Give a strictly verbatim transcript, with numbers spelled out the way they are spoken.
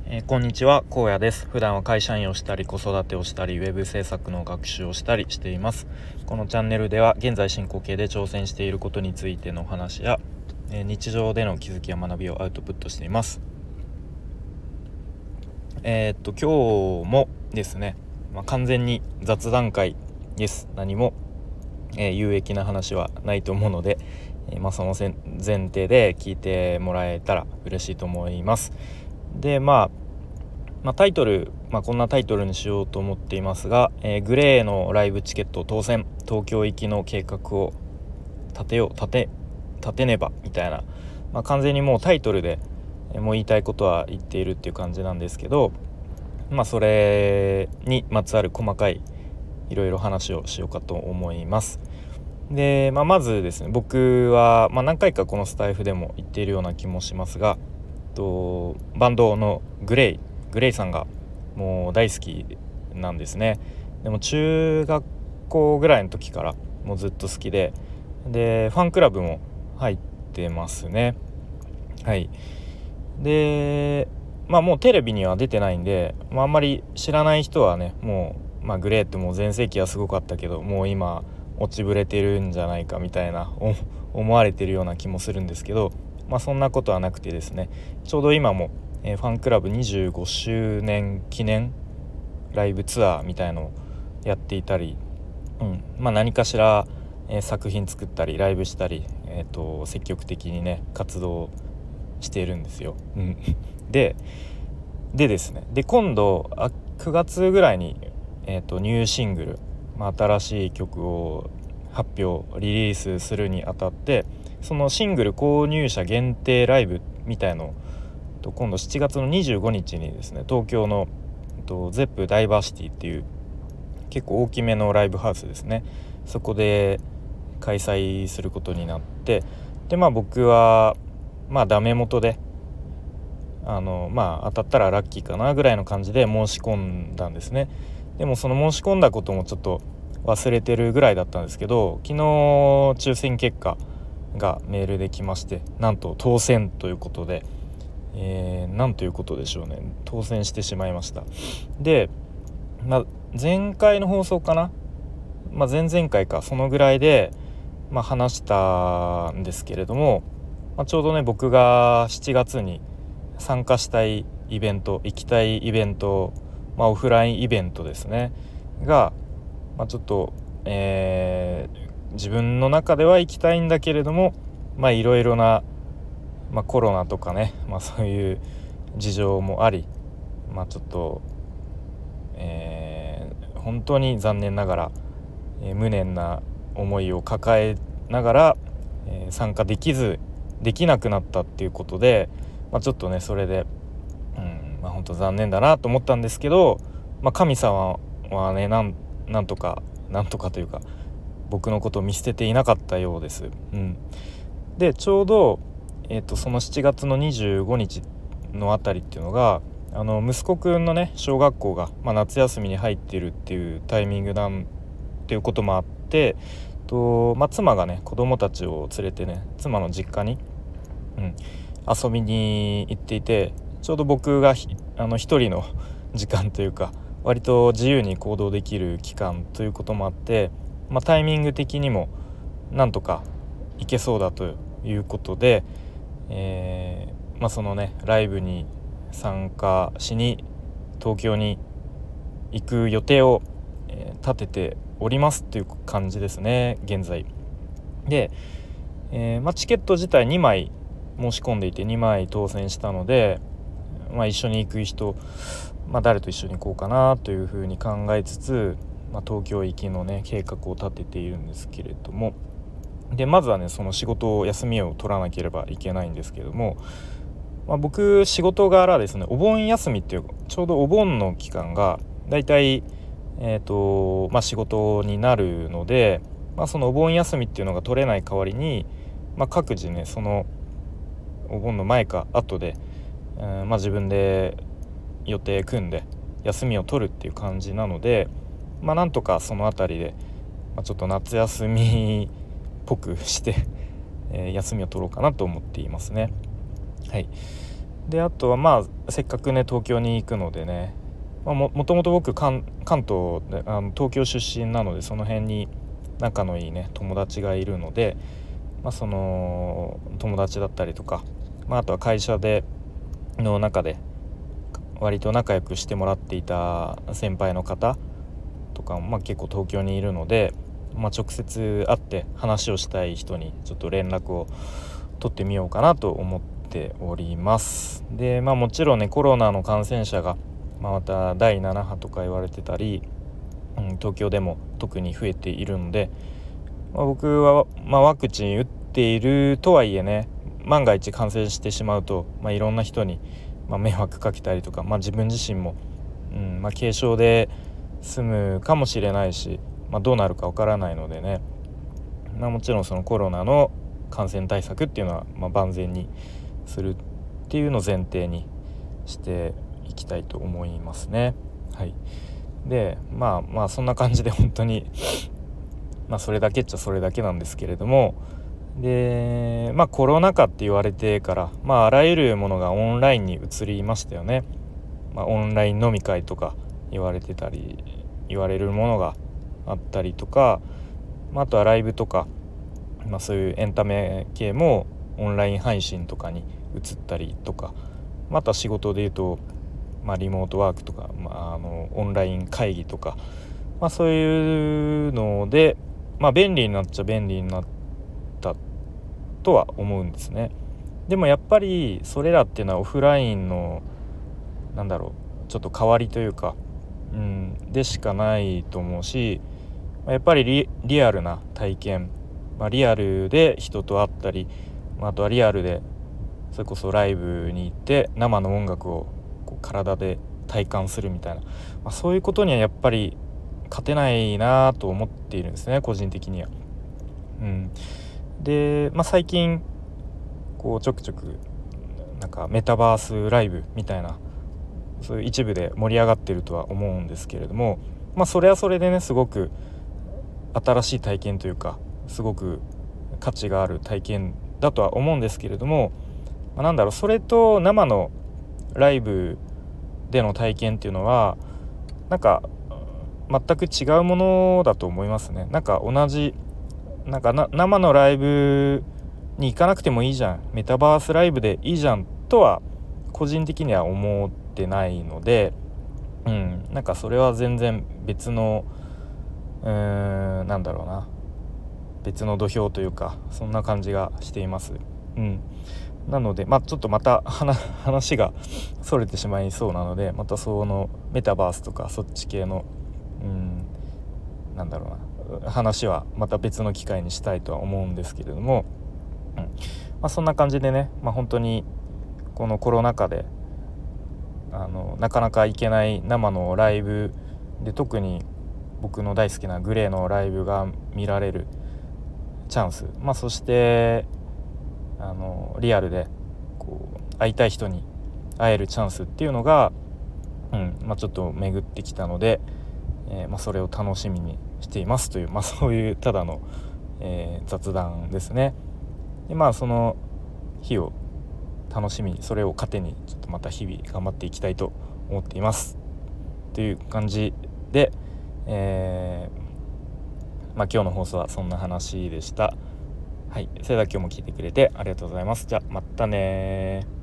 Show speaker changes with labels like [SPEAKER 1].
[SPEAKER 1] えーこんにちは、荒野です。普段は会社員をしたり子育てをしたりウェブ制作の学習をしたりしています。このチャンネルでは現在進行形で挑戦していることについてのお話や、えー日常での気づきや学びをアウトプットしています。えー、っと今日もですね、まあ、完全に雑談会です。何も、えー有益な話はないと思うので、えーまあ、その前提で聞いてもらえたら嬉しいと思います。でまあまあ、タイトル、まあ、こんなタイトルにしようと思っていますが、えーグレーのライブチケット当選、東京行きの計画を立てよう立て立てねばみたいな、まあ、完全にもうタイトルでえーもう言いたいことは言っているっていう感じなんですけど、まあ、それにまつわる細かいいろいろ話をしようかと思います。で、まあ、まずですね、僕は、まあ、何回かこのスタイフでも言っているような気もしますが、とバンドのグレイグレイさんがもう大好きなんですね。でも中学校ぐらいの時からもうずっと好きで、でファンクラブも入ってますね。はい。でまあもうテレビには出てないんで、まあ、あんまり知らない人はね、もう、まあ、グレーってもう全盛期はすごかったけどもう今落ちぶれてるんじゃないかみたいな思われてるような気もするんですけど、まあそんなことはなくてですね、ちょうど今も、えーファンクラブにじゅうごしゅうねん記念ライブツアーみたいのをやっていたり、うんまあ、何かしら、えー作品作ったりライブしたり、えーと積極的にね活動しているんですよ。うん、ででですねで今度あくがつぐらいに、えーとニューシングル、まあ、新しい曲を発表リリースするにあたって、そのシングル購入者限定ライブみたいのと今度しちがつのにじゅうごにちにですね、東京のとゼップダイバーシティっていう結構大きめのライブハウスですね、そこで開催することになって、でまあ僕はまあダメ元であのまあ当たったらラッキーかなぐらいの感じで申し込んだんですね。でもその申し込んだこともちょっと忘れてるぐらいだったんですけど、昨日抽選結果がメールで来まして、なんと当選ということで、えー、なんということでしょうね、当選してしまいました。で、まあ、前回の放送かな、まあ、前々回かそのぐらいで、まあ、話したんですけれども、まあ、ちょうどね僕がしちがつに参加したいイベント行きたいイベント、まあ、オフラインイベントですねが、まあ、ちょっと、えー自分の中では行きたいんだけれども、まあいろいろな、まあ、コロナとかね、まあ、そういう事情もあり、まあちょっと、えー本当に残念ながら、えー無念な思いを抱えながら、えー参加できずできなくなったっていうことで、まあ、ちょっとねそれで、うんまあ、本当残念だなと思ったんですけど、まあ、神様はねなんなんとかなんとかというか僕のことを見捨てていなかったようです。うん、でちょうど、えー、とそのしちがつのにじゅうごにちのあたりっていうのが、あの息子くんのね小学校が、まあ、夏休みに入ってるっていうタイミングなんていうこともあって、と、まあ、妻がね子供たちを連れてね妻の実家に、うん、遊びに行っていて、ちょうど僕がひあの一人の時間というか割と自由に行動できる期間ということもあって、まあ、タイミング的にもなんとか行けそうだということで、えーまあ、そのねライブに参加しに東京に行く予定を、えー立てておりますっていう感じですね現在で、えーまあ、チケット自体にまい申し込んでいてにまい当選したので、まあ、一緒に行く人、まあ、誰と一緒に行こうかなというふうに考えつつ、まあ、東京行きのね計画を立てているんですけれども、でまずはねその仕事を休みを取らなければいけないんですけれども、まあ、僕仕事柄ですねお盆休みっていうちょうどお盆の期間がだいたいえーとまあ、仕事になるので、まあ、そのお盆休みっていうのが取れない代わりに、まあ、各自ねそのお盆の前か後で、うんまあ、自分で予定組んで休みを取るっていう感じなので、まあ、なんとかそのあたりで、まあ、ちょっと夏休みっぽくして、えー休みを取ろうかなと思っていますね。はい。であとはまあせっかくね東京に行くのでね、まあ、も, もともと僕関, 関東であの東京出身なので、その辺に仲のいいね友達がいるので、まあ、その友達だったりとか、まあ、あとは会社での中で割と仲良くしてもらっていた先輩の方とかも、まあ、結構東京にいるので、まあ、直接会って話をしたい人にちょっと連絡を取ってみようかなと思っております。で、まあ、もちろんねコロナの感染者が、まあ、まただいなな波とか言われてたり、うん、東京でも特に増えているので、まあ、僕は、まあ、ワクチン打っているとはいえね、万が一感染してしまうと、まあ、いろんな人に、まあ、迷惑かけたりとか、まあ、自分自身も、うんまあ、軽症で済むかもしれないし、まあ、どうなるかわからないのでね、まあ、もちろんそのコロナの感染対策っていうのは、まあ、万全にするっていうのを前提にしていきたいと思いますね。はい。でまあまあそんな感じで本当にまあそれだけっちゃそれだけなんですけれども、でまあコロナ禍って言われてから、まああらゆるものがオンラインに移りましたよね。まあ、オンライン飲み会とか言われてたり言われるものがあったりとか、まあ、あとはライブとか、まあ、そういうエンタメ系もオンライン配信とかに移ったりとか、また仕事でいうと、まあ、リモートワークとか、まあ、あのオンライン会議とか、まあ、そういうので、まあ、便利になっちゃ便利になったとは思うんですね。でもやっぱりそれらっていうのはオフラインのなんだろうちょっと代わりというか、うん、でしかないと思うし、やっぱり リ, リアルな体験、まあ、リアルで人と会ったり、あとはリアルでそれこそライブに行って生の音楽をこう体で体感するみたいな、まあ、そういうことにはやっぱり勝てないなと思っているんですね、個人的には。うん、で、まあ、最近こうちょくちょくなんかメタバースライブみたいなそういう一部で盛り上がってるとは思うんですけれども、まあそれはそれでねすごく新しい体験というかすごく価値がある体験だとは思うんですけれども、まあ、なんだろうそれと生のライブでの体験っていうのはなんか全く違うものだと思いますね。なんか同じなんかな生のライブに行かなくてもいいじゃん、メタバースライブでいいじゃんとは個人的には思ってないので、うん、なんかそれは全然別のうーんなんだろうな別の土俵というかそんな感じがしています。うん、なのでまあちょっとまた話がそれてしまいそうなので、またそのメタバースとかそっち系のうんなんだろうな話はまた別の機会にしたいとは思うんですけれども、うんまあ、そんな感じでね、まあ、本当にこのコロナ禍であのなかなか行けない生のライブで、特に僕の大好きなグレーのライブが見られるチャンス、まあ、そしてあのリアルでこう会いたい人に会えるチャンスっていうのが、うんまあ、ちょっと巡ってきたので、えーまあ、それを楽しみにしていますという、まあ、そういうただの、えー、雑談ですね。でまあその日を楽しみにそれを糧にちょっとまた日々頑張っていきたいと思っていますという感じで、えーまあ、今日の放送はそんな話でした。はい、それでは今日も聞いてくれてありがとうございます。じゃあまたね。